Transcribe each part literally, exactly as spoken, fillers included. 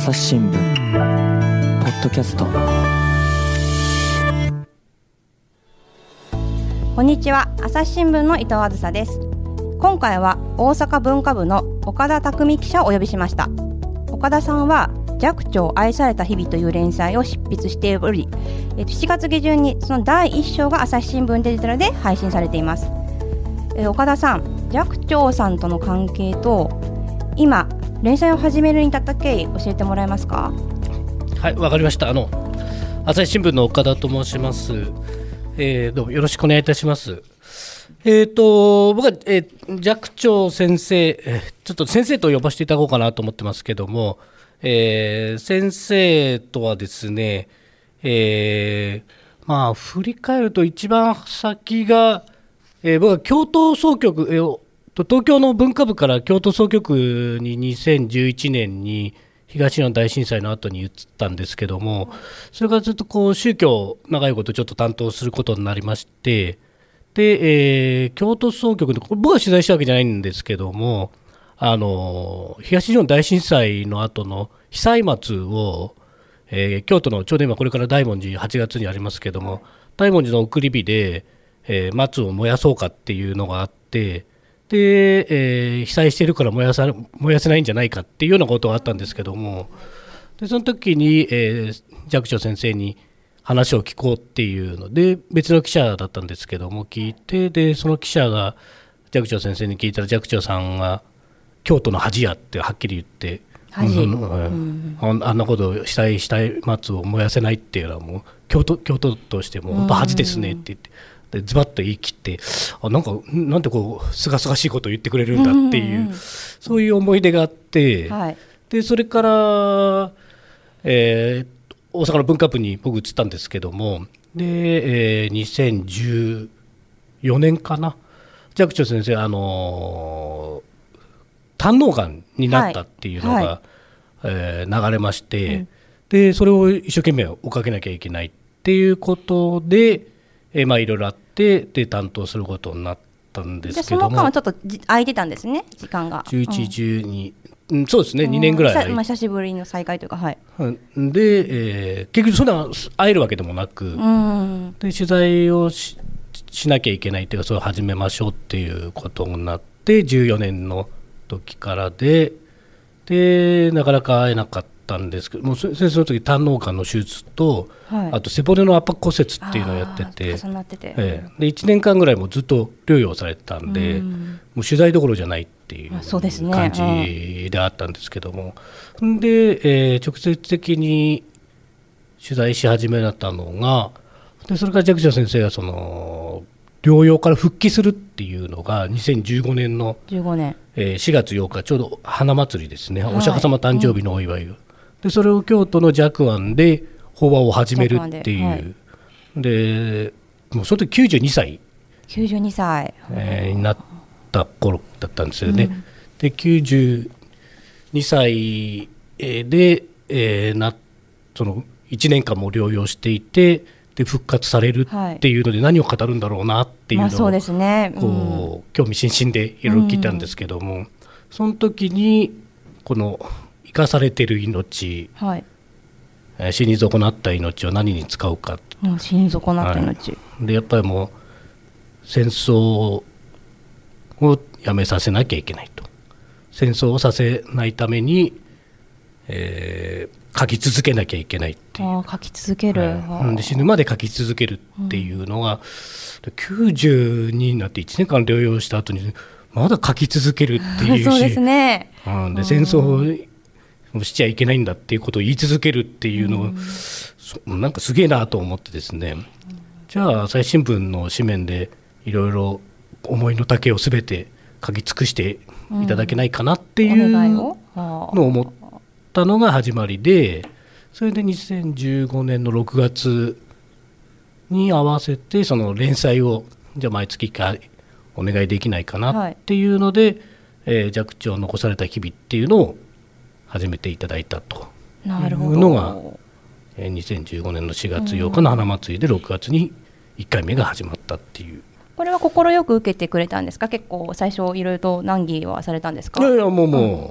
朝日新聞ポッドキャスト。 こんにちは、朝日新聞の伊藤あずさです。今回は大阪文化部の岡田匠記者をお呼びしました。岡田さんは寂聴愛された日々という連載を執筆しており、しちがつ下旬にそのだいいっ章が朝日新聞デジタルで配信されています。岡田さん、寂聴さんとの関係と今連載を始めるに至った経緯教えてもらえますか？ はい、わかりました。あの朝日新聞の岡田と申します。えー、どうもよろしくお願いいたします。えーと僕は、えー、寂聴先生、えー、ちょっと先生と呼ばせていただこうかなと思ってますけども、えー、先生とはですね、えー、まあ振り返ると一番先が、えー、僕は京都総局、えー、東京の文化部から京都総局ににせんじゅういちねんに東日本大震災の後に移ったんですけども、それからずっとこう宗教を長いことちょっと担当することになりまして、で、えー、京都総局で僕が取材したわけじゃないんですけども、あの東日本大震災の後の被災松を、えー、京都のちょうど今これから大文字はちがつにありますけども、大文字の送り火で、えー、松を燃やそうかっていうのがあって、で、えー、被災しているから燃やさ、燃やせないんじゃないかっていうようなことがあったんですけども、でその時に、えー、寂聴先生に話を聞こうっていうので、別の記者だったんですけども聞いて、でその記者が寂聴先生に聞いたら、寂聴さんが京都の恥やってはっきり言って、 恥、 うんうんうん、あんなことを被災したい松を燃やせないっていうのはもう京都、京都としても本当恥ですねって言って、でズバッと言い切って、あなんかなんてこうすがすがしいことを言ってくれるんだっていう、うんうん、そういう思い出があって、はい、でそれから、えー、大阪の文化部に僕移ったんですけども、で、えー、にせんじゅうよねんかな、寂聴先生、あのー、胆のがんになったっていうのが、はいはい、えー、流れまして、うん、でそれを一生懸命追っかけなきゃいけないっていうことで、えーまあ、いろいろあってで担当することになったんですけども、 その間はちょっと空いてたんですね、時間がじゅういち、じゅうに、うん、そうですね、にねんぐらい空いて、 まあ、久しぶりの再会というか、はい、 で、えー、結局そんな会えるわけでもなく、うん、で取材を し, しなきゃいけないというか、それを始めましょうっていうことになってじゅうよねんの時からで、でなかなか会えなかったんですけども、先生その時胆のがんの手術と、はい、あと背骨の圧迫骨折っていうのをやってて、 重なってて、 えー、でいちねんかんぐらいもずっと療養されてたんで、うん、もう取材どころじゃないっていう感じであったんですけども、うん、で、えー、直接的に取材し始めたのが、でそれから寂聴先生がその療養から復帰するっていうのがにせんじゅうごねんのじゅうごねん、 えー、しがつようか、ちょうど花祭りですね、はい、お釈迦様誕生日のお祝いを、うん、でそれを京都の寂庵で法話を始めるっていう、はい、でもうその時きゅうじゅうにさいきゅうじゅうにさい、 えー、になった頃だったんですよね、うん、できゅうじゅうにさいで、えー、なそのいちねんかんも療養していて、で復活されるっていうので何を語るんだろうなっていうのを、まあそうですね、うん、こう興味津々でいろいろ聞いたんですけども、うん、その時にこの生かされている命、はい、えー、死に損なった命を何に使うか、 うん、死に損なった命、はい、 でやっぱりもう戦争をやめさせなきゃいけないと、戦争をさせないために、えー書き続けなきゃいけないっていう、 あ書き続ける、 はい、で死ぬまで書き続けるっていうのが、うん、きゅうじゅうになっていちねんかん療養した後にまだ書き続けるっていうしそうですね、 うん、で戦争をしちゃいけないんだっていうことを言い続けるっていうのが、うん、なんかすげえなと思ってですね、うん、じゃあ朝日新聞の紙面でいろいろ思いの丈をすべて書き尽くしていただけないかなっていうのを思ってたのが始まりで、それでにせんじゅうごねんのろくがつに合わせてその連載をじゃあ毎月いっかいお願いできないかなっていうので、はい、えー、寂聴残された日々っていうのを始めていただいたというのが、えー、にせんじゅうごねんのしがつようかの花祭りでろくがつにいっかいめが始まったっていう。 これは快く受けてくれたんですか？結構最初いろいろと難儀はされたんですか？ いやいやもうもう、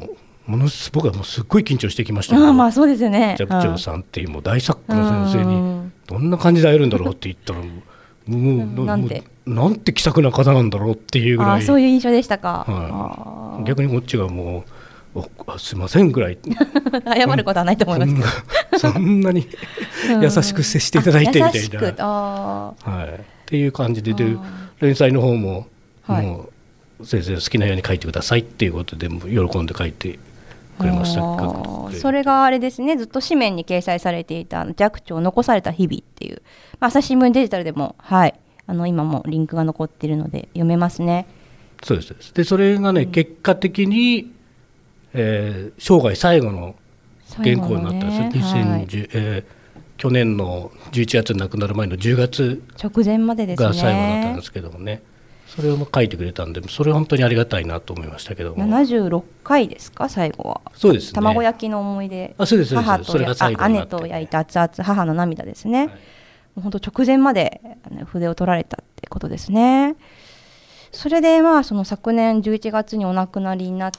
ものす僕はもうすっごい緊張してきましたけど、 あまあそうですよね。 寂聴さんっていうもう大作家の先生にどんな感じで会えるんだろうって言ったらもうもうなんてなんて気さくな方なんだろうっていうぐらい、 あそういう印象でしたか。 はい、逆にこっちがもうおすいませんぐらい謝ることはないと思いますけどそんなに優しく接していただいてみたいな、 優しくあ、 はい、っていう感じで、で連載の方も、 はい、 もう先生の好きなように書いてくださいっていうことでも喜んで書いてくれました。 それがあれですね、ずっと紙面に掲載されていた寂聴残された日々っていう、まあ、朝日新聞デジタルでも、はい、あの今もリンクが残っているので読めますね。 そうです。でそれがね、うん、結果的に、えー、生涯最後の原稿になったんです、ね、にせんじゅう、えー、去年のじゅういちがつに亡くなる前のじゅうがつ直前までですねが最後だったんですけどもね、それを書いてくれたんで、それは本当にありがたいなと思いましたけども。 ななじゅうろっかいですか、最後は。 そうですね、 卵焼きの思い出、 あそうです、 母とそれが最後になって、 姉と焼いた熱々母の涙ですね、はい、もう本当直前まで筆を取られたってことですね。それでまあその昨年じゅういちがつにお亡くなりになって、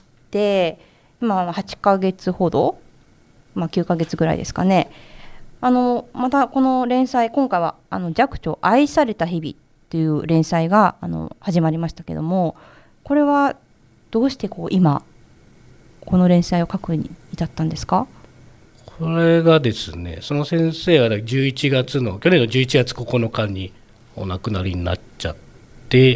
まあ、はちかげつほど、まあ、きゅうかげつぐらいですかね。あのまたこの連載、今回はあの寂聴愛された日々という連載があの始まりましたけども、これはどうしてこう今この連載を書くに至ったんですか？ これがですね、その先生がじゅういちがつの去年のじゅういちがつここのかにお亡くなりになっちゃって、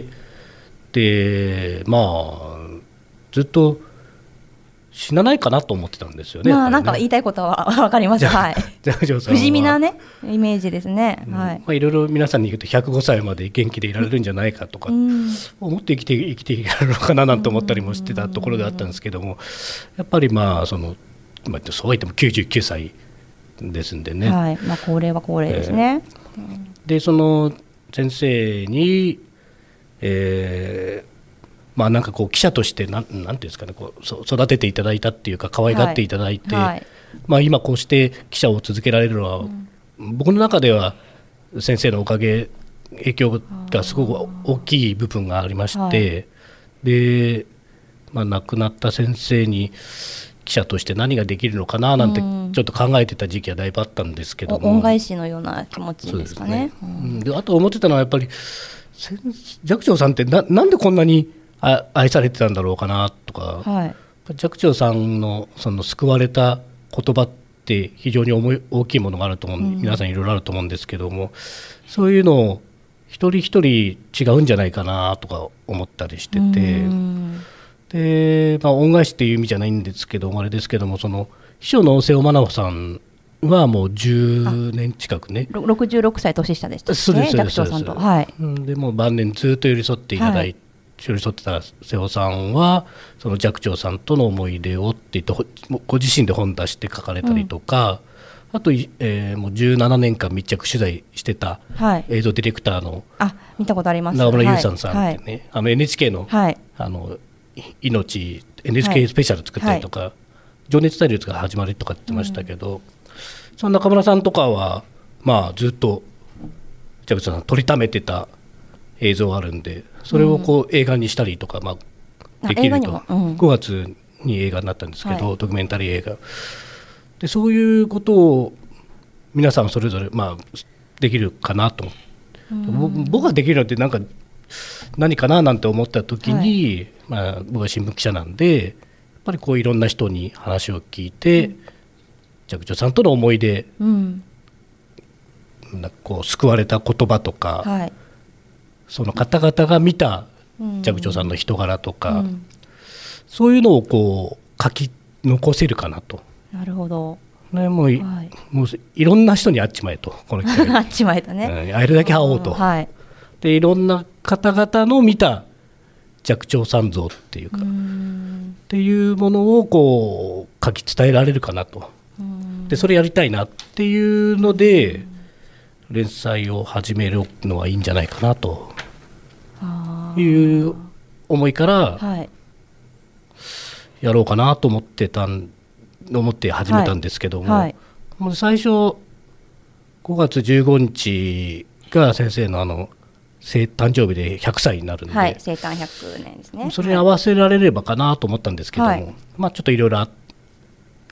でまあずっと死なないかなと思ってたんですよね。 まあ、なんか言いたいことは分かります。はい、不死身なねイメージですね。 うん、 はい、 まあ、いろいろ皆さんに言うとひゃくごさいまで元気でいられるんじゃないかとか、うん、思って生きて生きていられるのかななんて思ったりもしてたところであったんですけども、やっぱりまあその、まあ、そうは言ってもきゅうじゅうきゅうさいですんでね、 はい、まあ、高齢は高齢ですね。 えー、でその先生に、えーまあ、なんかこう記者としてなん、なんていうんですかね、こう育てていただいたっていうか可愛がっていただいて、はいはい、まあ、今こうして記者を続けられるのは、うん、僕の中では先生のおかげ影響がすごく大きい部分がありまして、はい、で、まあ、亡くなった先生に記者として何ができるのかななんてちょっと考えてた時期はだいぶあったんですけども、 恩返しのような気持ちですかね。 そうですね、うん、であと思ってたのはやっぱり寂聴さんって な, なんでこんなに愛されてたんだろうかなとか、はい、寂聴さん の, その救われた言葉って非常に重い大きいものがあると思う、うん、皆さんいろいろあると思うんですけども、そういうのを一人一人違うんじゃないかなとか思ったりしてて、うん、で、まあ、恩返しっていう意味じゃないんですけどもあれですけども、その秘書の瀬尾真奈さんはもうじゅうねん近くね、 ろくじゅうろくさい年下でしたね、寂聴さんと、はい、 でもう晩年ずっと寄り添っていただいて、はい、寄り添ってた瀬尾さんはその寂聴さんとの思い出をって言ってご自身で本出して書かれたりとか、うん、あと、えー、もうじゅうななねんかん密着取材してた映像ディレクターの、 はい、あ見たことあります中村優さんさんってね、はい、あの エヌエイチケー の、 はい、 あの命 エヌエイチケー スペシャル作ったりとか、はい、情熱大陸が始まりとかって言ってましたけど、うん、その中村さんとかは、まあ、ずっと寂聴さん撮りためてた映像あるんで、それをこう映画にしたりとか、まあ、できると、うん、ごがつに映画になったんですけど、はい、ドキュメンタリー映画で、そういうことを皆さんそれぞれ、まあ、できるかなと思って、うん、僕ができるのってなんか何かななんて思った時に、はい、まあ、僕は新聞記者なんで、やっぱりこういろんな人に話を聞いて、うん、寂聴さんとの思い出、うん、なんかこう救われた言葉とか、はい、その方々が見た寂聴さんの人柄とか、うん、そういうのをこう書き残せるかなと。 なるほど、 ね、もう、はい、もういろんな人に会っちまえと、この機会会っちまえたね、 うん、会えるだけ会おうと、はい、でいろんな方々の見た寂聴さん像っていうか、うーんっていうものをこう書き伝えられるかなと。うーんでそれやりたいなっていうので連載を始めるのはいいんじゃないかなという思いからやろうかなと思ってたん思って始めたんですけども、はいはい、もう最初ごがつじゅうごにちが先生のあの生誕生日でひゃくさいになるんで、 はい、生誕ひゃくねんですね。 それに合わせられればかなと思ったんですけども、はい、まあ、ちょっといろいろあっ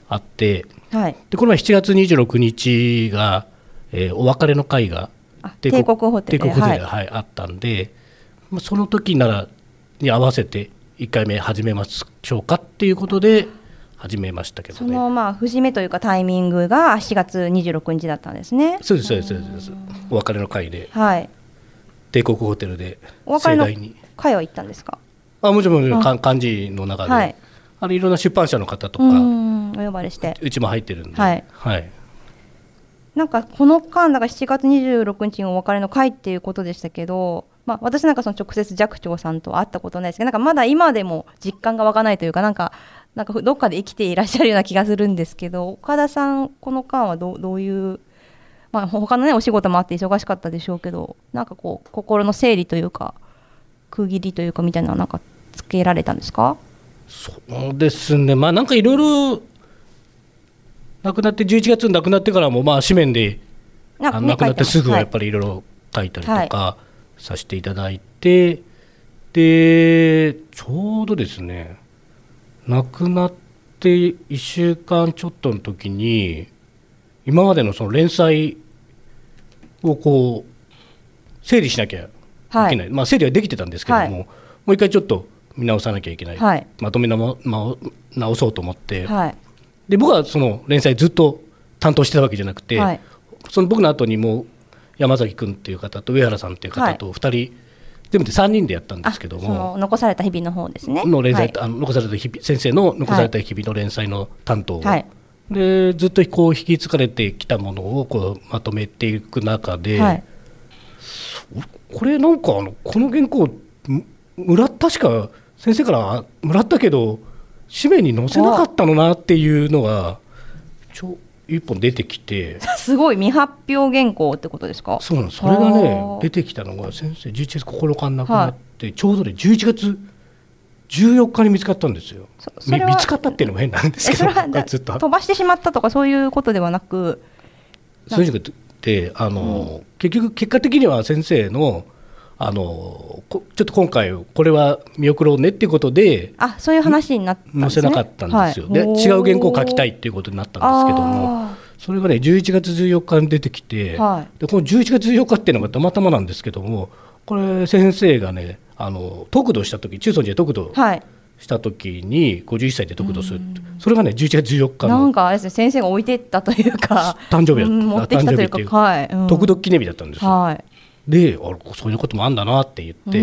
あって、 はい、 でこの前しちがつにじゅうろくにちが、えー、お別れの会が帝国ホテルで、 帝国ホテルで、はいはい、あったんで、まあ、その時ならに合わせていっかいめ始めましょうかっていうことで始めましたけどね。 そのまあ節目というかタイミングがしがつにじゅうろくにちだったんですね。 そうですそうですそうですお別れの会で、 はい、 帝国ホテルでお別れの会は行ったんですか？ あもちろんもちろん幹事の中で、はい、あれいろんな出版社の方とかうんお呼ばれしてうちも入ってるんで、 はいはい、なんかこの間だからしちがつにじゅうろくにちにお別れの会っていうことでしたけど、まあ、私なんかその直接寂聴さんと会ったことないですけど、なんかまだ今でも実感が湧かないというか、なんかなんかどっかで生きていらっしゃるような気がするんですけど、岡田さんこの間は ど, どういう、まあ、他のねお仕事もあって忙しかったでしょうけど、なんかこう心の整理というか区切りというかみたいなのはなんかつけられたんですか？ そうですね、まあなんかいろいろ亡くなってじゅういちがつに亡くなってからもまあ紙面でな、ね、亡くなってすぐはやっぱりいろいろ書いたりとかさせていただいて、はい、でちょうどですね亡くなっていっしゅうかんちょっとの時に今までのその連載をこう整理しなきゃいけない、はい、まあ、整理はできてたんですけども、はい、もう一回ちょっと見直さなきゃいけない、はい、まとめ直そうと思って、はい、で僕はその連載ずっと担当してたわけじゃなくて、はい、その僕の後にも山崎君っていう方と上原さんっていう方とふたり、はい、全部でさんにんでやったんですけども、 その残された日々の方ですねの連載、はい、あの残された日々先生の残された日々の連載の担当を、はい、でずっとこう引き継がれてきたものをこうまとめていく中で、はい、これなんかあのこの原稿もら確か先生からもらったけど紙面に載せなかったのなっていうのがちょ一本出てきてすごい未発表原稿ってことですか？ そうなんです。それがね出てきたのが先生じゅういちがつここのかに亡くなって、はい、ちょうどねじゅういちがつじゅうよっかに見つかったんですよ。見つかったっていうのも変なんですけどずっと飛ばしてしまったとかそういうことではなく、 そういうことであの、うん、結局結果的には先生のあのちょっと今回これは見送ろうねっていうことで、 あそういう話になったんですね。 載せなかったんですよ、はい、で違う原稿を書きたいっていうことになったんですけども、それがねじゅういちがつじゅうよっかに出てきて、はい、でこのじゅういちがつじゅうよっかっていうのがたまたまなんですけども、これ先生がねあの得度した時、中尊寺で得度した時にごじゅういっさいで得度する、はい、それがねじゅういちがつじゅうよっかのなんかあれですね、先生が置いてったというか誕生日だった、 持ってきたというか、はい、うん、 得度記念日だったんですよ、はい、であそういうこともあんだなって言って、うん、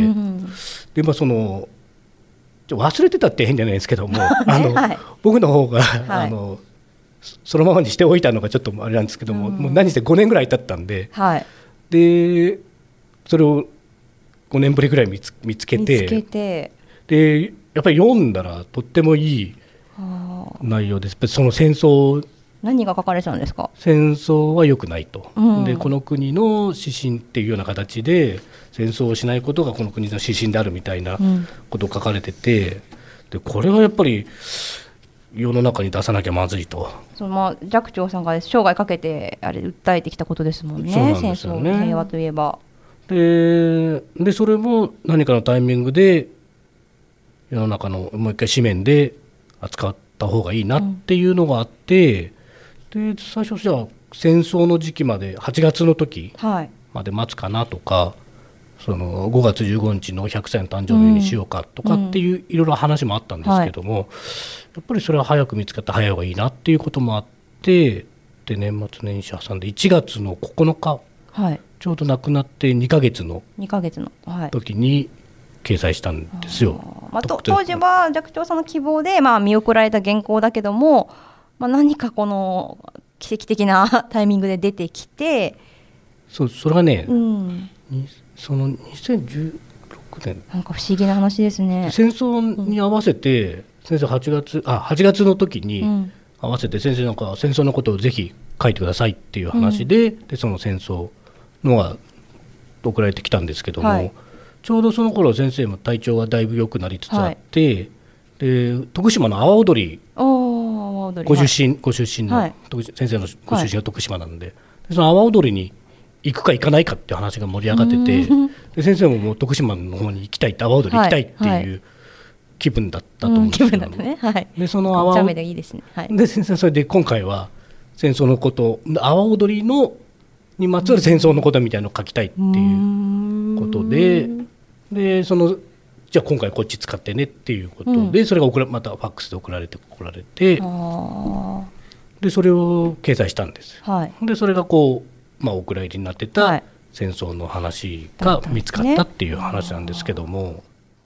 でまあ、そのちょ忘れてたって変じゃないですけども、ね、あのはい、僕の方が、はい、あのそのままにしておいたのがちょっとあれなんですけども、うん、もう何せごねんぐらい経ったんで、はい、でそれをごねんぶりぐらい見つ、見つけて、見つけてでやっぱり読んだらとってもいい内容です。その戦争、 何が書かれてたんですか？ 戦争は良くないと、うん、でこの国の指針っていうような形で戦争をしないことがこの国の指針であるみたいなことを書かれてて、うん、でこれはやっぱり世の中に出さなきゃまずいと。 そのまあ寂聴さんが生涯かけてあれ訴えてきたことですもんね。そうなんですよね。戦争平和といえばで, でそれも何かのタイミングで世の中のもう一回紙面で扱った方がいいなっていうのがあって、うん、で最初じゃあ戦争の時期まではちがつの時まで待つかなとか、はい、そのごがつじゅうごにちのひゃくさいの誕生日にしようかとかっていう、うん、いろいろ話もあったんですけども、はい、やっぱりそれは早く見つかって早い方がいいなっていうこともあって、で年末年始挟んでいちがつのここのか、はい、ちょうど亡くなってにかげつの時に掲載したんですよ。 まあ、と当時は寂聴さんの希望で、まあ、見送られた原稿だけども、まあ、何かこの奇跡的なタイミングで出てきて、 そうそれがね、うん、そのにせんじゅうろくねんなんか不思議な話ですね。 戦争に合わせて、うん、先生はちがつあはちがつの時に合わせて先生なんか戦争のことをぜひ書いてくださいっていう話で、うん、でその戦争のが送られてきたんですけども、はい、ちょうどその頃先生も体調がだいぶ良くなりつつあって、はい、で徳島の阿波踊りご出身、はい、ご出身の、はい、先生のご出身が徳島なんで、はい、でその阿波踊りに行くか行かないかっていう話が盛り上がってて、で先生ももう徳島の方に行きたいって阿波踊り行きたいっていう気分だったと思うんですけど、 うん、気分だったね、はい、 でその阿波お茶目でいいですね、はい、 でそれで今回は戦争のこと阿波踊りのにまつわる戦争のことみたいなのを書きたいっていうことで、でそのじゃあ今回こっち使ってねっていうことで、うん、それが送らまたファックスで送られてこられて、でそれを掲載したんです、はい、でそれがこう、まあ、お蔵入りになってた戦争の話が見つかったっていう話なんですけども、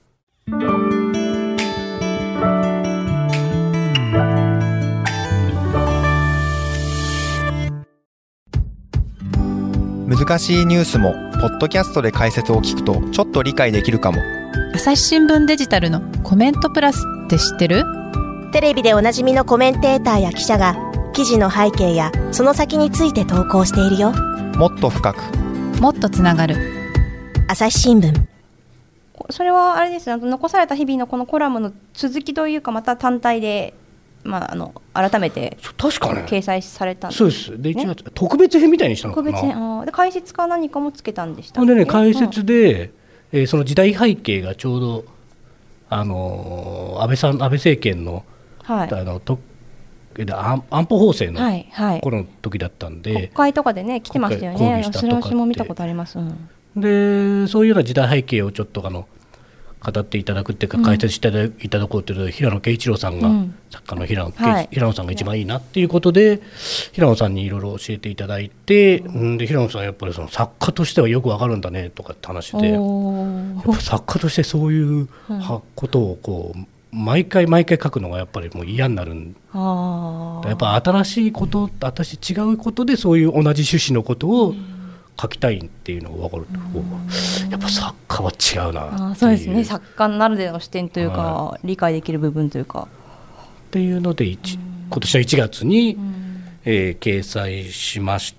難しいニュースもポッドキャストで解説を聞くとちょっと理解できるかも。 朝日新聞デジタルのコメントプラスって知ってる？ テレビでおなじみのコメンテーターや記者が記事の背景やその先について投稿しているよ。 もっと深く、 もっとつながる朝日新聞。 それはあれですね、残された日々のこのコラムの続きというかまた単体で、まあ、あの改めて掲載されたんです、ね、 そうです。でいちがつ、ね、特別編みたいにしたのかな。 特別編、あで解説か何かもつけたんでしたっけ。 でね、解説で、うんえー、その時代背景がちょうど、あのー、安倍さん安倍政権の、はい、あのと安, 安保法制の頃の時だったんで、はいはい、 国会とかでね来てましたよね。それは私も見たことあります、うん、 でそういうような時代背景をちょっとあの語っていただくっていうか、解説していただこうというので、平野啓一郎さんが、うん、作家の平野、はい、平野さんが一番いいなっていうことで、平野さんにいろいろ教えていただいて、うん、で平野さんはやっぱりその作家としてはよくわかるんだねとかって話で、やっぱ作家としてそういうことをこう毎回毎回書くのがやっぱりもう嫌になるん、あやっぱ新しいこと私違うことでそういう同じ趣旨のことを、うん書きたいっていうのが分かるとやっぱ作家は違うなっていう。 あそうですね、作家ならではの視点というか、はい、理解できる部分というかっていうので今年のいちがつに、えー、掲載しまして、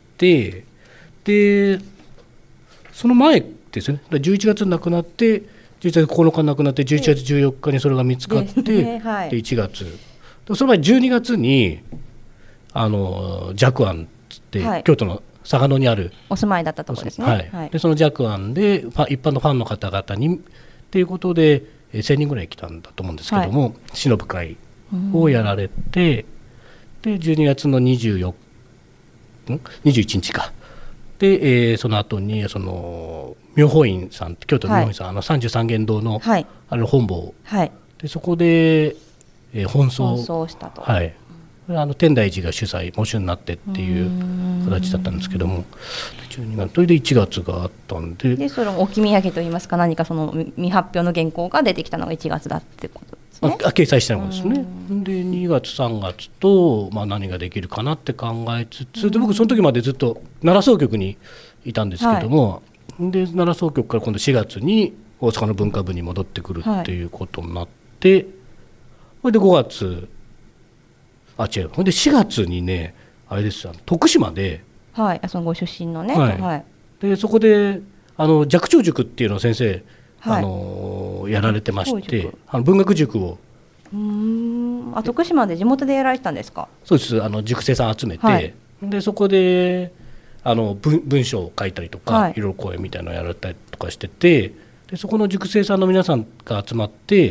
でその前ですねじゅういちがつに亡くなってじゅういちがつここのかに亡くなってじゅういちがつじゅうよっかにそれが見つかって、ねはい、でいちがつでその前じゅうにがつにあの寂庵つって、はい、京都の嵯峨野にあるお住まいだったところですね、 はいはい、でその寂庵で一般のファンの方々にということでせんにんぐらい来たんだと思うんですけども、はい、偲ぶ会をやられて、でじゅうにがつのにじゅうよっかんにじゅういちにちかで、えー、その後にその妙法院さん京都の妙法院さん、はい、あの三十三間堂の、はい、あれ本坊、はい、でそこで、えー、奔走奔走したと、 はいあの天台寺が主催喪主になってっていう形だったんですけども、じゅうにがつそれでいちがつがあったんで、 でその置き土産といいますか何かその未発表の原稿が出てきたのがいちがつだってことですね。 あ掲載したのですね。でにがつさんがつと、まあ、何ができるかなって考えつつで僕その時までずっと奈良総局にいたんですけども、はい、で奈良総局から今度しがつに大阪の文化部に戻ってくるっていうことになって、はい、それでごがつあ違うほんでしがつにねあれです徳島で、 はい、そのご出身のね、 はいはい、でそこであの寂聴塾っていうのを先生、はい、あのやられてましてあの文学塾をうーんあ徳島で地元でやられてたんですか。 そうですあの塾生さん集めて、はい、でそこであの 文, 文章を書いたりとか、はい、いろいろ講演みたいなのをやられたりとかしててでそこの塾生さんの皆さんが集まって、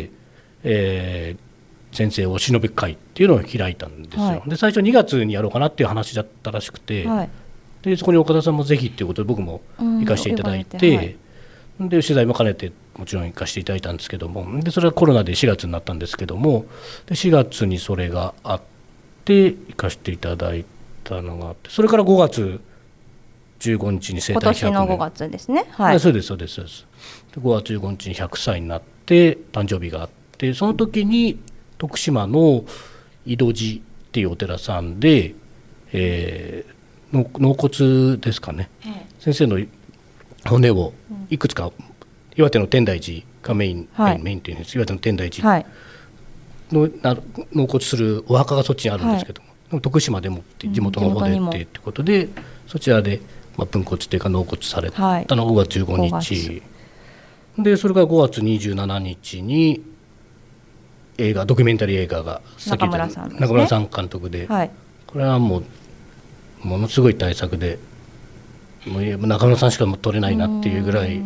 えー先生を偲ぶ会っていうのを開いたんですよ、はい、で最初にがつにやろうかなっていう話だったらしくて、はい、でそこに岡田さんもぜひっていうことで僕も行かせていただいて、うんはい、で取材も兼ねてもちろん行かせていただいたんですけどもでそれはコロナでしがつになったんですけどもでしがつにそれがあって行かせていただいたのがあってそれからごがつじゅうごにちに生誕ひゃくねん今年のごがつですね、はい、 そうですそうですそうですでごがつじゅうごにちにひゃくさいになって誕生日があってその時に徳島の井戸寺っていうお寺さんで、えー、納骨ですかね、はい、先生の骨をいくつか、うん、岩手の天台寺がメイン、はい、メインっていうんです岩手の天台寺の、はい、納骨するお墓がそっちにあるんですけども、はい、徳島でもって地元の方でってってことで、うん、そちらで、まあ、分骨というか納骨されたのがごがつじゅうごにち、はい、でそれからごがつにじゅうしちにちに映画ドキュメンタリー映画が中村さんですね、 中村さん監督で、はい、これはもうものすごい大作でもう中村さんしか撮れないなっていうぐらい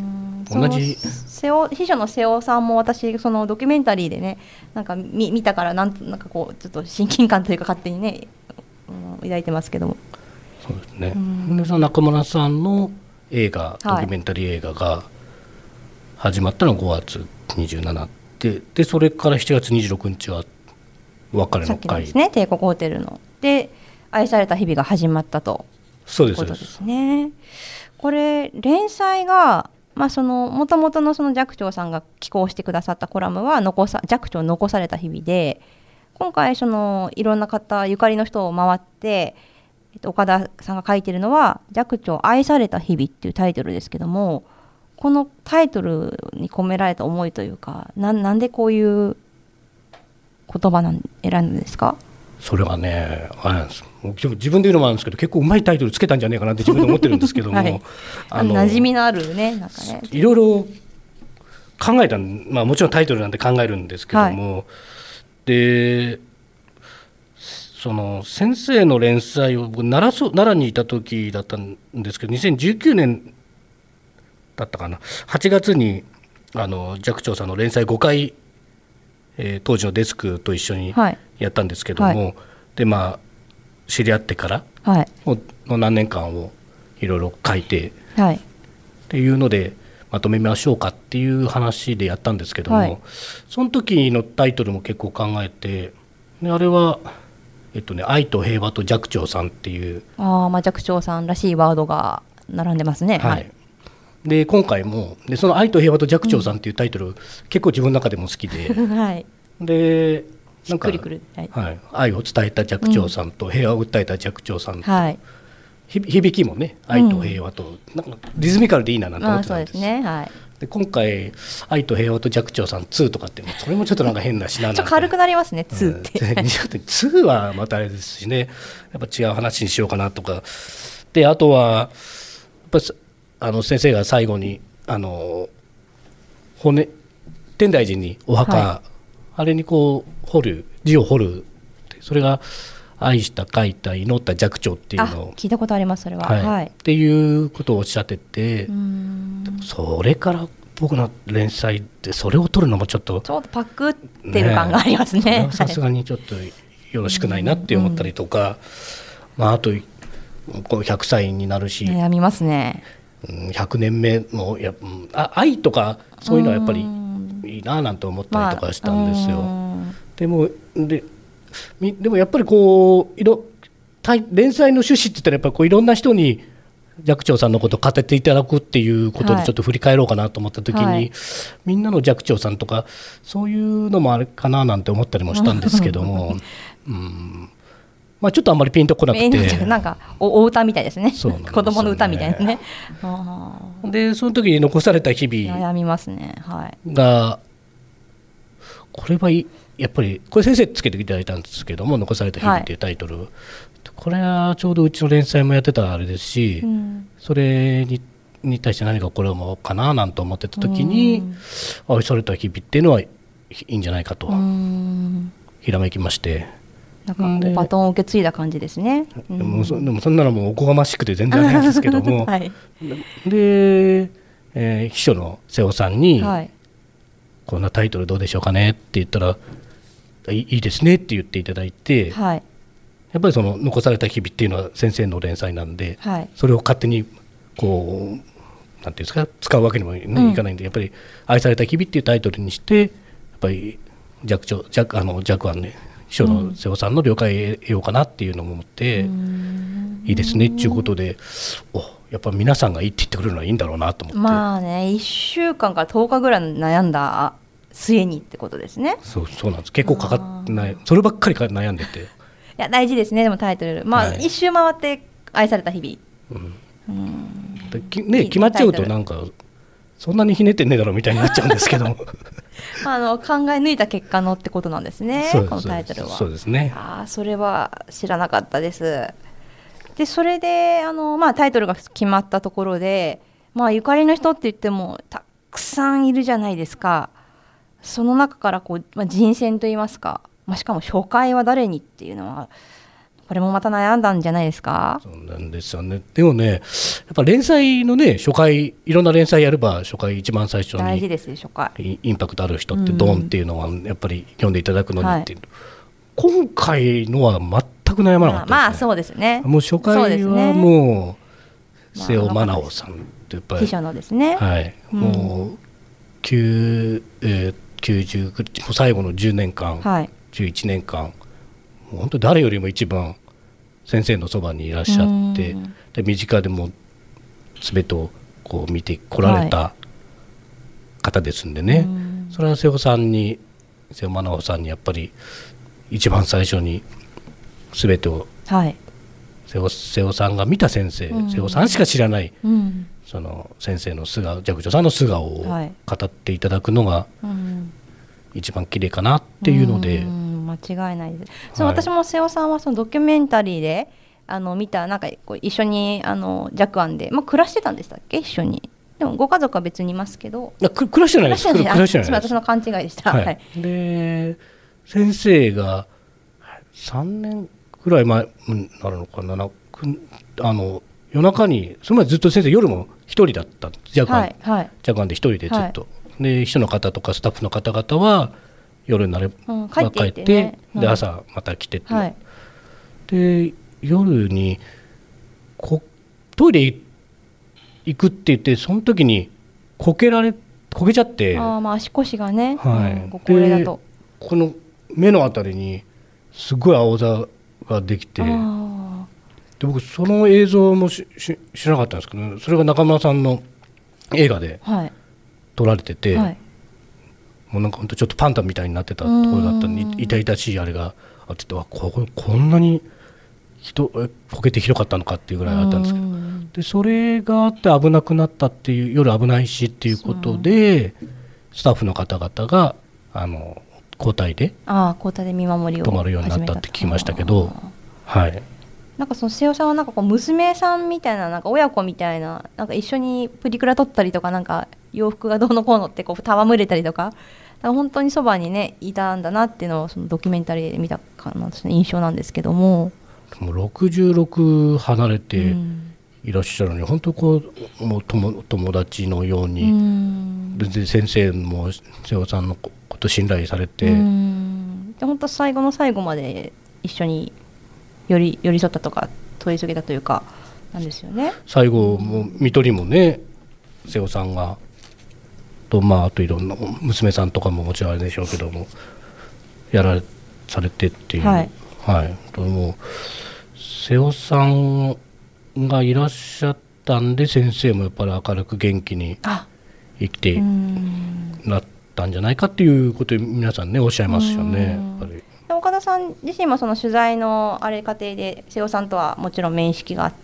同じ瀬尾秘書の瀬尾さんも私そのドキュメンタリーでねなんか 見, 見たからなんとなんかこうちょっと親近感というか勝手にね、うん、抱いてますけども。 そうですね、 うん、 でその中村さんの映画、ドキュメンタリー映画が始まったのがごがつにじゅうしちにち で, でそれからしちがつにじゅうろくにちはお別れの会、 さっきのですね、帝国ホテルので愛された日々が始まったということですね。これ連載がまあその元々のその寂聴さんが寄稿してくださったコラムは残さ寂聴残された日々で、今回そのいろんな方ゆかりの人を回って、えっと、岡田さんが書いてるのは寂聴愛された日々っていうタイトルですけども、このタイトルに込められた思いというか な, なんでこういう言葉なん選んだんですか？ それはね、あれなんです。自分で言うのもあるんですけど、結構うまいタイトルつけたんじゃないかなって自分で思ってるんですけども、はい、 あの馴染みのあるね、なんかね、 いろいろ考えた、まあ、もちろんタイトルなんて考えるんですけども、はい、でその先生の連載を奈良、奈良にいた時だったんですけど、にせんじゅうきゅうねんだったかな、はちがつにあの寂聴さんの連載ごかい、えー、当時のデスクと一緒にやったんですけども、はいはい、でまあ知り合ってからの何年間をいろいろ書いて、はい、っていうのでまとめましょうかっていう話でやったんですけども、はい、その時のタイトルも結構考えて、であれは、えっとね、愛と平和と寂聴さんっていう、 あ、まあ、寂聴さんらしいワードが並んでますね。 はいはい、で今回もでその愛と平和と寂聴さんっていうタイトル、うん、結構自分の中でも好きで、はい、でなんか、はいはい、愛を伝えた寂聴さんと平和を訴えた寂聴さんと、はい、響きもね愛と平和と、うん、なんかリズミカルでいいななんて思ってたんです。そうですね、はい、で今回愛と平和と寂聴さんツーとかってそれもちょっとなんか変なしななんてちょっと軽くなりますねツーって、 うん、ツーはまたあれですしね、やっぱ違う話にしようかなとかで、あとはやっぱあの先生が最後にあの骨天台寺にお墓、はい、あれにこう掘る字を掘る、それが愛した書いた祈った寂聴っていうのを聞いたことあります。それは、 はいはい、 っていうことをおっしゃってて、うーんそれから僕の連載でそれを取るのもちょっとちょっとパクってる感がありますね。 さすがにちょっとよろしくないなって思ったりとか、まあ、あとこうひゃくさいになるし悩みますね。 ひゃくねんめのやあ愛とかそういうのはやっぱりいいななんて思ったりとかしたんですよ。まあ、でもででもやっぱりこういろ連載の趣旨って言ったらやっぱりこういろんな人に寂聴さんのことを語っていただくっていうことでちょっと振り返ろうかなと思った時に、はい、みんなの寂聴さんとかそういうのもあれかななんて思ったりもしたんですけども、うんまあ、ちょっとあんまりピンとこなくてなんか お, お歌みたいですね。そうなんですよね。子供の歌みたいなね。 あでその時に残された日々 悩みますね。はい、 がこれはいやっぱりこれ先生つけていただいたんですけども、残された日々っていうタイトル、はい、これはちょうどうちの連載もやってたあれですし、うん、それ に, に対して何かこれもかななんて思ってた時に、うん、愛された日々っていうのはいいんじゃないかと、うん、ひらめきまして、 なんかバトンを受け継いだ感じですね。 でも そ, でもそんなのもおこがましくて全然ないんですけども、はい、で、えー、秘書の瀬尾さんに、はい、こんなタイトルどうでしょうかねって言ったらいいですねって言っていただいて、はい、やっぱりその残された日々っていうのは先生の連載なんで、はい、それを勝手にこうなんていうんですか使うわけにも、ねうん、いかないんで、やっぱり愛された日々っていうタイトルにしてやっぱり寂聴寂あの寂はね秘書の瀬尾さんの了解を得ようかなっていうのも思って、うん、いいですねっていうことで、おやっぱ皆さんがいいって言ってくれるのはいいんだろうなと思って、 まあねいっしゅうかんからとおかぐらい悩んだ末にってことですね。 そうそうなんです。結構かかってない、そればっかり悩んでて、いや大事ですね。でもタイトルまあ、はい、一周回って愛された日々、うんうんね、決まっちゃうとなんかそんなにひねってんねえだろみたいになっちゃうんですけどもまあ、あの考え抜いた結果のってことなんですね、このタイトルは。 そうですね。 あそれは知らなかったです。でそれであの、まあ、タイトルが決まったところで、まあ、ゆかりの人って言ってもたくさんいるじゃないですか。その中からこう、まあ、人選といいますか、まあ、しかも初回は誰にっていうのはこれもまた悩んだんじゃないですか。 そうなんですよね。でもね、やっぱ連載のね、初回いろんな連載やれば初回一番最初に大事ですよ、初回。 イインパクトある人ってドンっていうのはやっぱり読んでいただくのにっていう、はい、今回のは全く悩まなかったですね。 まあそうですね。 もう初回はもう瀬尾真直さんってやっぱり秘書のですね、 はい、うん、もうきゅう、えー、きゅうじゅう最後のじゅうねんかん、はい、じゅういちねんかん、もう本当誰よりも一番先生のそばにいらっしゃって、で身近でも全てをこう見てこられた方ですんでね、はい、それは瀬尾さんに瀬尾真直さんにやっぱり一番最初に全てを、はい、瀬尾、瀬尾さんが見た先生、うん、瀬尾さんしか知らない、うん、その先生の素顔、寂聴さんの素顔を語っていただくのが一番綺麗かなっていうので、うん、 間違いないです。その私も瀬尾さんはそのドキュメンタリーであの見た、なんかこう一緒にあの寂庵で、まあ、暮らしてたんでしたっけ、一緒に。でもご家族は別にいますけど、 暮らしてないです。暮らしてないです。 私の勘違いでした。はいはい、 で先生がさんねんぐらい前になるのかな、あの夜中に、その前ずっと先生夜も一人だったんです、寂庵、はいはい、寂庵で一人でずっと、はい、で秘書の方とかスタッフの方々は夜になれば、うん、帰って、ね、で朝また来てって、はい、で夜にこトイレ行くって言って、その時にこけられこけちゃって、 あ、まあ、足腰がね、はい、うん、ご高齢だとこの目のあたりにすごい青ざができて、で僕その映像もしし知らなかったんですけど、それが中村さんの映画で撮られてて、はい、もうなんか本当ちょっとパンタみたいになってたところだったのに、痛々しいあれがあってて、こここんなに人こけてひどかったのかっていうぐらいあったんですけど、でそれがあって危なくなったっていう、夜危ないしっていうことでスタッフの方々があの交代であ交代で見守りを泊まるようになったって聞きましたけど、はい、 なんかその瀬尾さんはなんかこう娘さんみたいな、なんか親子みたいな、なんか一緒にプリクラ撮ったりとか、なんか洋服がどうのこうのってこう戯れたりとか、本当にそばにねいたんだなっていうのをそのドキュメンタリーで見たかな、印象なんですけども、 もうろくじゅうろく離れていらっしゃるのに、うん、本当こうもう 友, 友達のように、うん、で先生も瀬尾さんのこと信頼されて、うん、 で本当最後の最後まで一緒に寄り寄り添ったとか問い続けたというかなんですよね。 最後も看取りもね瀬尾さんがと、まあ、あといろんな娘さんとかももちろんあれでしょうけどもやられされてっていう、はいはい、もう瀬尾さんがいらっしゃったんで先生もやっぱり明るく元気に生きてなったんじゃないかっていうことを皆さんねおっしゃいますよね。やっぱり岡田さん自身もその取材のあれ過程で瀬尾さんとはもちろん面識があって、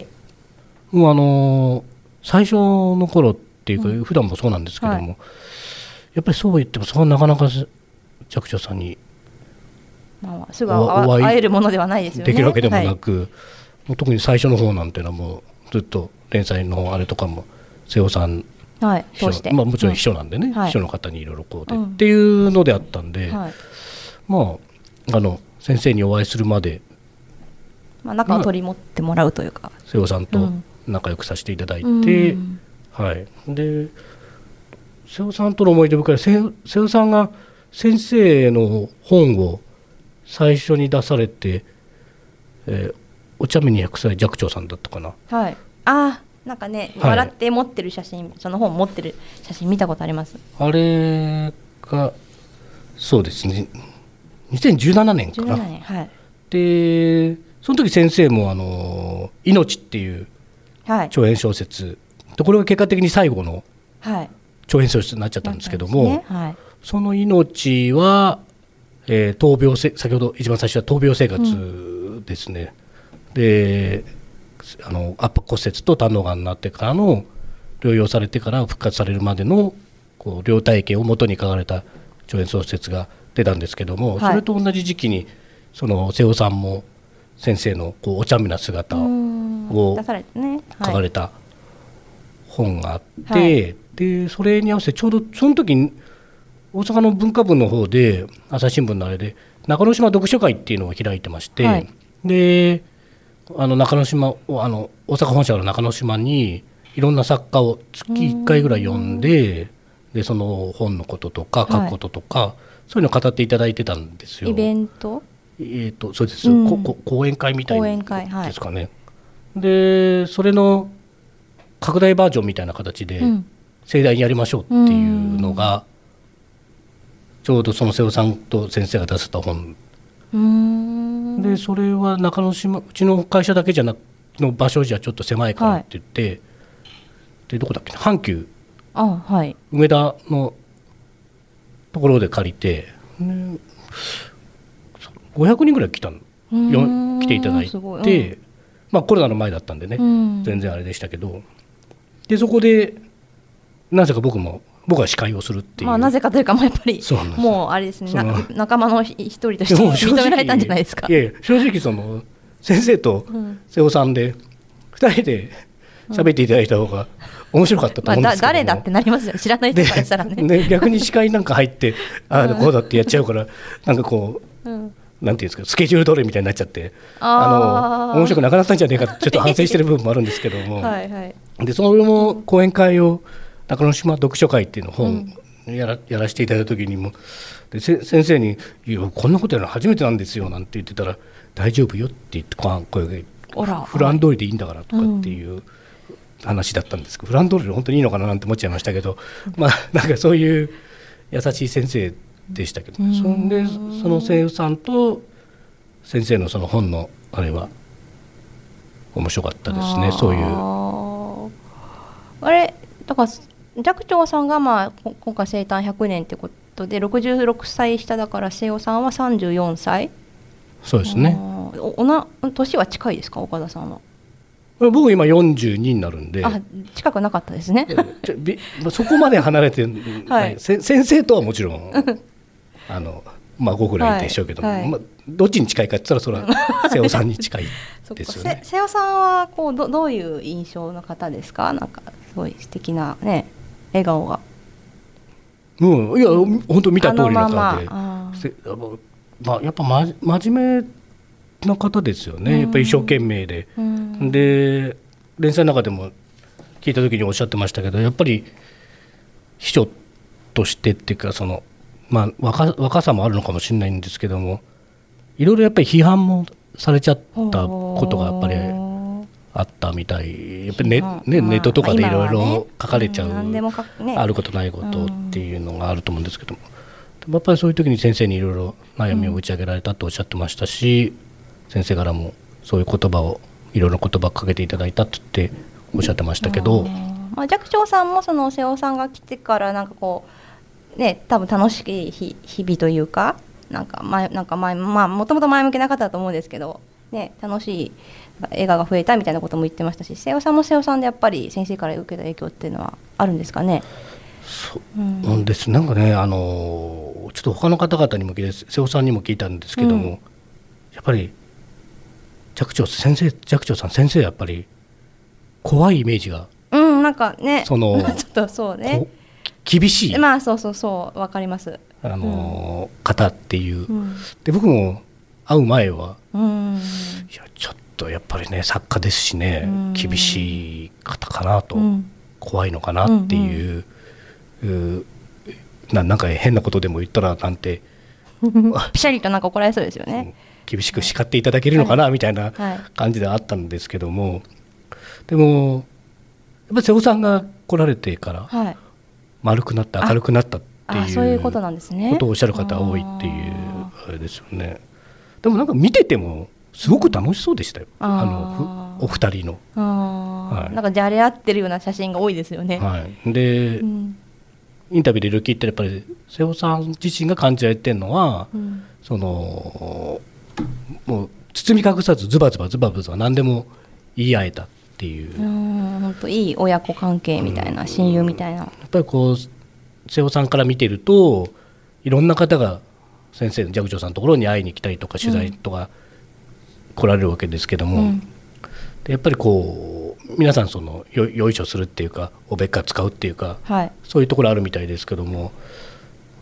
もうあの最初の頃っていうか、うん、普段もそうなんですけども、はい、やっぱりそうは言ってもそうなかなか寂聴さんにまあ、すぐ会えるものではないですよね。 できるわけでもなく、はい、もう特に最初の方なんていうのはもうずっと連載のあれとかも瀬尾さん、 はい、通して、 まあ、もちろん秘書なんでね、うん、秘書の方にいろいろこうで、うん、っていうのであったんで、はい、まああの先生にお会いするまで、 まあ、仲を取り持ってもらうというか、 瀬尾さんと仲良くさせていただいて、うん、はい、で瀬尾さんとの思い出深い、瀬尾さんが先生の本を最初に出されて、えー、お茶目にひゃくさい寂聴さんだったかな、はい、 あなんかね、はい、笑って持ってる写真、その本持ってる写真見たことあります。 あれがそうですねにせんじゅうななねんかな、じゅうななねん、はい、でその時先生もあの命っていう長編小説、はい、でこれが結果的に最後の長編小説になっちゃったんですけども、ねはい、その命はえー、闘病せ先ほど一番最初は闘病生活ですね、うん、であの圧迫骨折と胆のがんになってからの療養されてから復活されるまでのこう療体験をもとに書かれた長編小説が出たんですけども、はい、それと同じ時期にその瀬尾さんも先生のこうお茶目な姿を書かれた本があって、はい、でそれに合わせてちょうどその時に大阪の文化部の方で朝日新聞のあれで中之島読書会っていうのを開いてまして、はい、 であの中之島あの大阪本社の中之島にいろんな作家を月いっかいぐらい読んで、でその本のこととか書くこととか、はい、そういうのを語っていただいてたんですよ。 イベント、 えー、とそうです、うん、ここ講演会みたいなですかね、はい、でそれの拡大バージョンみたいな形で盛大にやりましょうっていうのが、うん、ちょうどその瀬尾さんと先生が出せた本で、それは中之島、うちの会社だけじゃなくの場所じゃちょっと狭いからって言って、はい、でどこだっけな、阪急、 あ、はい、 梅田のところで借りて、ね、ごひゃくにんぐらい来たのよ来ていただいて、うん、まあ、コロナの前だったんでね、うん、全然あれでしたけど、でそこでなぜか僕も僕は司会をするっていう、 まあ、なぜかというか、もうやっぱりもうあれですね、な仲間の一人として認められたんじゃないですか。 いやいや、正直その先生と瀬尾さんでふたりで喋っていただいた方が面白かったと思うんですけど、まあ、 誰だってなりますよ、知らない人からしたらね。 で逆に司会なんか入ってああこうだってやっちゃうから、なんかこう、うん、なんていうんですか、スケジュール通りみたいになっちゃって、あの面白くなくなったんじゃねえかとちょっと反省してる部分もあるんですけどもはい、はい、でそれも講演会を中之島読書会っていうの本や ら,、うん、やらせていただいた時にもで先生にいやこんなことやるの初めてなんですよなんて言ってたら、大丈夫よって言って声が普段通りでいいんだからとかっていう話だったんですけど、普段通りで本当にいいのかななんて思っちゃいましたけど、まあなんかそういう優しい先生でしたけど、そんでその声優さんと先生のその本のあれは面白かったですね。そういうあれだから寂聴さんが、まあ、今回生誕ひゃくねんということでろくじゅうろくさい下だから、瀬尾さんはさんじゅうよんさい。 そうですね。 おおな年は近いですか、岡田さんは。 僕今よんじゅうにになるんで。 あ、近くなかったですね。 そこまで離れてない、はい、先生とはもちろんあの、まあ、ごぐらいでしょうけども、はいはい、まあ、どっちに近いかって言ったらそれは瀬尾さんに近いですよね。 瀬尾さんはこう ど, どういう印象の方ですか。なんかすごい素敵なね笑顔が。 うん、いや本当見た通りの方で、まあまあ、やっぱ、ま、真面目な方ですよね。やっぱり一生懸命で、うん、で連載の中でも聞いた時におっしゃってましたけど、やっぱり秘書としてっていうか、その、まあ、若, 若さもあるのかもしれないんですけども、いろいろやっぱり批判もされちゃったことがやっぱりあったみたい。やっぱり ネ,、ねね、ネットとかでいろいろ書かれちゃう、まあね、あることないことっていうのがあると思うんですけども、でもやっぱりそういう時に先生にいろいろ悩みを打ち明けられたとおっしゃってましたし、先生からもそういう言葉をいろいろ言葉をかけていただいたっておっしゃってましたけど、 まあ、寂聴さんもその瀬尾さんが来てからなんかこうね、多分楽しい 日, 日々というか、なんか前なんか前まあもともと前向きな方だと思うんですけど、ね、楽しい笑顔が増えたみたいなことも言ってましたし、瀬尾さんも瀬尾さんでやっぱり先生から受けた影響っていうのはあるんですかね。 そうです、なんかね、あのちょっと他の方々にも聞いて、瀬尾さんにも聞いたんですけども、うん、やっぱり寂聴先生寂聴さん先生やっぱり怖いイメージが、 うん、なんかね、 そのちょっとそうね、 厳しい、 まあそうそうそうわかります、 あの、うん、方っていう、うん、で僕も会う前は、うん、いやちょっとやっぱりね作家ですしね、うん、厳しい方かなと、うん、怖いのかなっていう、うんうん、な, なんか変なことでも言ったらなんてピシャリとなんか怒られそうですよね、 厳しく叱っていただけるのかな、はい、みたいな感じであったんですけども、はい、でもやっぱり瀬尾さんが来られてから丸くなった、はい、明るくなったっていうそういうことなんですね、 ことをおっしゃる方多いっていうあれですよね。でもなんか見ててもすごく楽しそうでしたよ、ああのお二人の、 あ、はい、なんかじゃれ合ってるような写真が多いですよね、 はい、で、うん、インタビューでいろいろ聞いてやっぱり瀬尾さん自身が感じられてるのは、うん、そのもう包み隠さずズバズバズバズバ何でも言い合えたっていう、 本当いい親子関係みたいな、うん、親友みたいな。やっぱりこう瀬尾さんから見てるといろんな方が先生の寂聴さんのところに会いに来たりとか取材とか来られるわけですけども、うん、でやっぱりこう皆さんその よ, よいしょするっていうかおべっか使うっていうか、はい、そういうところあるみたいですけども、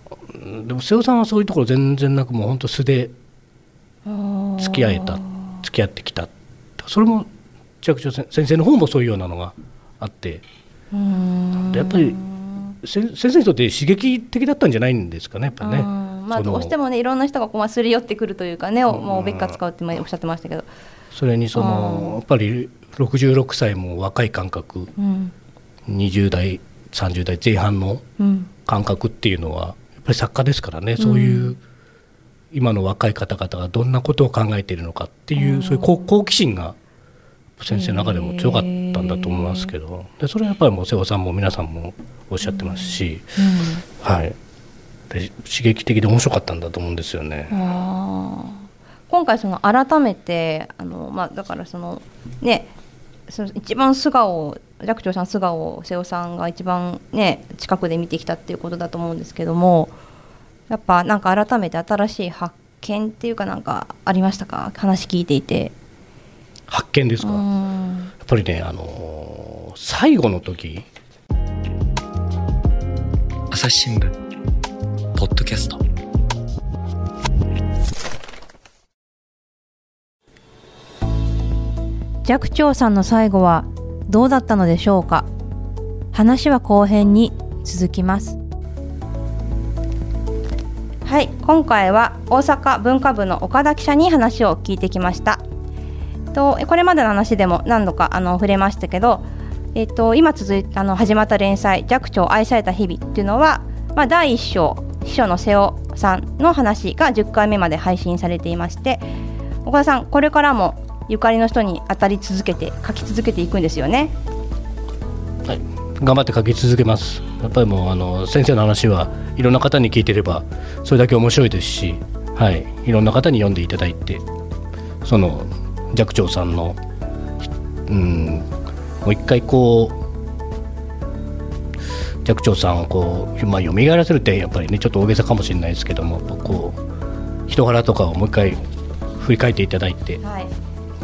でも瀬尾さんはそういうところ全然なく、もう本当素で付き合えた付付き合ってきた。それも寂聴先生の方もそういうようなのがあって、 うーんやっぱり先生にとって刺激的だったんじゃないんですかね、やっぱね。 まあ、どうしてもねいろんな人がこうすり寄ってくるというかね、もうおべっか使うっておっしゃってましたけど、 それにそのやっぱりろくじゅうろくさいも若い感覚、うん、にじゅう代さんじゅう代前半の感覚っていうのはやっぱり作家ですからね、そういう今の若い方々がどんなことを考えているのかっていう、うん、そういう好奇心が先生の中でも強かったんだと思いますけど、でそれはやっぱりもう瀬尾さんも皆さんもおっしゃってますし、うんうん、はい、で刺激的で面白かったんだと思うんですよね。 あ、今回その改めてあの、まあ、だからそのねその一番素顔寂聴さん素顔を瀬尾さんが一番ね近くで見てきたっていうことだと思うんですけども、やっぱなんか改めて新しい発見っていうかなんかありましたか？話聞いていて。 発見ですか？やっぱりね、あのー、最後の時朝日新聞ポッドキャスト、 寂聴さんの最後はどうだったのでしょうか。話は後編に続きます。はい、今回は大阪文化部の岡田記者に話を聞いてきました。とこれまでの話でも何度かあの触れましたけど、えっと、今続いあの始まった連載寂聴愛された日々っていうのは、まあ、だいいっ章秘書の瀬尾さんの話がじゅっかいめまで配信されていまして、岡田さんこれからもゆかりの人に当たり続けて書き続けていくんですよね。 はい、頑張って書き続けます。やっぱりもうあの先生の話はいろんな方に聞いてればそれだけ面白いですし、はい、いろんな方に読んでいただいて、その寂聴さんの、うん、もう一回こう寂聴さんをこう、まあ、蘇らせるってやっぱりねちょっと大げさかもしれないですけども、こう人柄とかをもう一回振り返っていただいて、はい、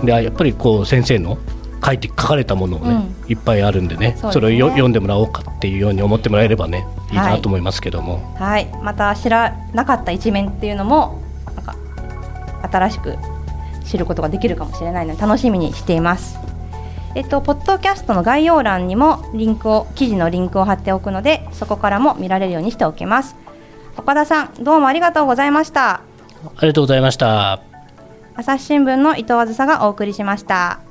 でやっぱりこう先生の書いて書かれたものをね、うん、いっぱいあるんでね、 そ, ねそれをよ読んでもらおうかっていうように思ってもらえればねいいかなと思いますけども、 はいはい、また知らなかった一面っていうのもなんか新しく知ることができるかもしれないので楽しみにしています。えっと、ポッドキャストの概要欄にもリンクを記事のリンクを貼っておくのでそこからも見られるようにしておきます。岡田さんどうもありがとうございました。 ありがとうございました。 朝日新聞の伊藤あずさがお送りしました。